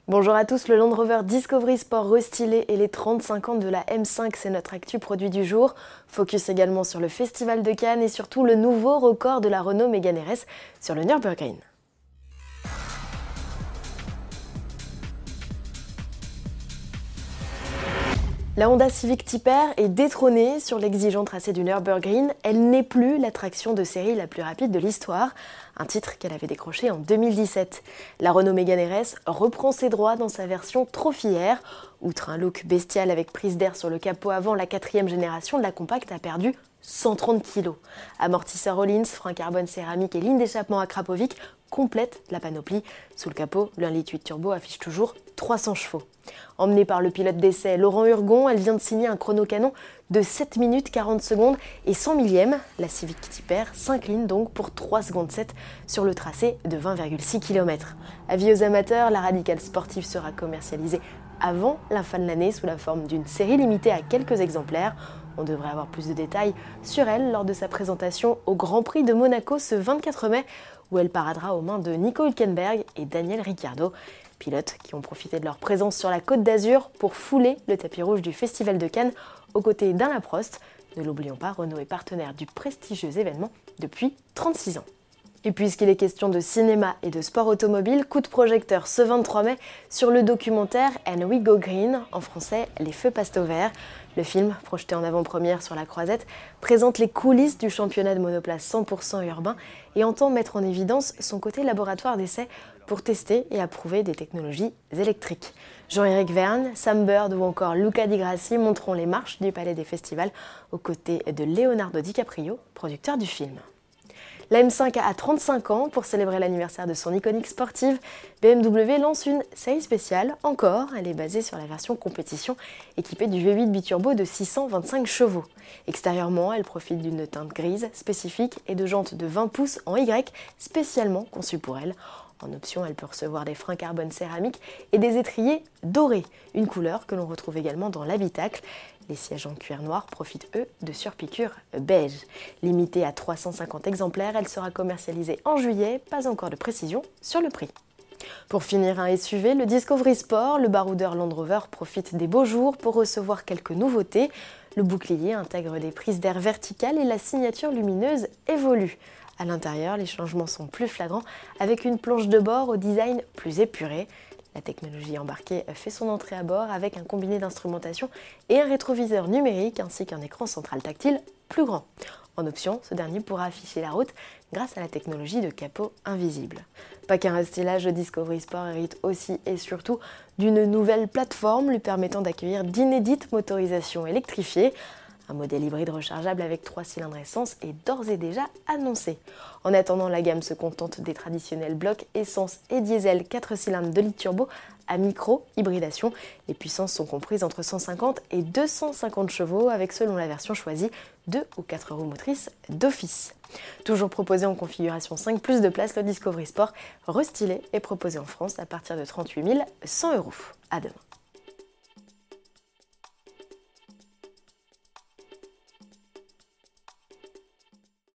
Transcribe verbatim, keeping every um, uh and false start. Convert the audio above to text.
Bonjour à tous, le Land Rover Discovery Sport restylé et les trente-cinq ans de la M cinq, c'est notre actu produit du jour. Focus également sur le Festival de Cannes et surtout le nouveau record de la Renault Mégane R S sur le Nürburgring. La Honda Civic Type R est détrônée sur l'exigeant tracé du Nürburgring. Elle n'est plus l'attraction de série la plus rapide de l'histoire, un titre qu'elle avait décroché en deux mille dix-sept. La Renault Mégane R S reprend ses droits dans sa version Trophy R. Outre un look bestial avec prise d'air sur le capot avant, la quatrième génération de la compacte a perdu cent trente kilos. Amortisseur Öhlins, frein carbone céramique et ligne d'échappement à Krapovic complètent la panoplie. Sous le capot, le un virgule huit turbo affiche toujours trois cents chevaux. Emmenée par le pilote d'essai Laurent Hurgon, elle vient de signer un chrono-canon de sept minutes quarante secondes et cent millièmes. La Civic Type R s'incline donc pour trois secondes sept sur le tracé de vingt virgule six kilomètres. Avis aux amateurs, la radicale sportive sera commercialisée avant la fin de l'année sous la forme d'une série limitée à quelques exemplaires. On devrait avoir plus de détails sur elle lors de sa présentation au Grand Prix de Monaco ce vingt-quatre mai, où elle paradera aux mains de Nico Hülkenberg et Daniel Ricciardo, pilotes qui ont profité de leur présence sur la Côte d'Azur pour fouler le tapis rouge du Festival de Cannes aux côtés d'Alain Prost. Ne l'oublions pas, Renault est partenaire du prestigieux événement depuis trente-six ans. Et puisqu'il est question de cinéma et de sport automobile, coup de projecteur ce vingt-trois mai sur le documentaire And We Go Green, en français Les Feux passent au vert. Le film, projeté en avant-première sur la Croisette, présente les coulisses du championnat de monoplace cent pour cent urbain et entend mettre en évidence son côté laboratoire d'essai pour tester et approuver des technologies électriques. Jean-Éric Vergne, Sam Bird ou encore Luca Di Grassi monteront les marches du Palais des Festivals aux côtés de Leonardo DiCaprio, producteur du film. La M cinq a trente-cinq ans. Pour célébrer l'anniversaire de son iconique sportive, B M W lance une série spéciale. Encore, elle est basée sur la version compétition équipée du V huit biturbo de six cent vingt-cinq chevaux. Extérieurement, elle profite d'une teinte grise spécifique et de jantes de vingt pouces en Y spécialement conçues pour elle. En option, elle peut recevoir des freins carbone céramique et des étriers dorés, une couleur que l'on retrouve également dans l'habitacle. Les sièges en cuir noir profitent, eux, de surpiqûres beige. Limitée à trois cent cinquante exemplaires, elle sera commercialisée en juillet, pas encore de précision sur le prix. Pour finir un S U V, le Discovery Sport, le baroudeur Land Rover profite des beaux jours pour recevoir quelques nouveautés. Le bouclier intègre des prises d'air verticales et la signature lumineuse évolue. À l'intérieur, les changements sont plus flagrants avec une planche de bord au design plus épuré. La technologie embarquée fait son entrée à bord avec un combiné d'instrumentation et un rétroviseur numérique ainsi qu'un écran central tactile plus grand. En option, ce dernier pourra afficher la route grâce à la technologie de capot invisible. Pas qu'un restylage, le Discovery Sport hérite aussi et surtout d'une nouvelle plateforme lui permettant d'accueillir d'inédites motorisations électrifiées. Un modèle hybride rechargeable avec trois cylindres essence est d'ores et déjà annoncé. En attendant, la gamme se contente des traditionnels blocs essence et diesel quatre cylindres de litre turbo à micro-hybridation. Les puissances sont comprises entre cent cinquante et deux cent cinquante chevaux avec, selon la version choisie, deux ou quatre roues motrices d'office. Toujours proposé en configuration cinq plus de place, le Discovery Sport restylé est proposé en France à partir de trente-huit mille cent euros. À demain.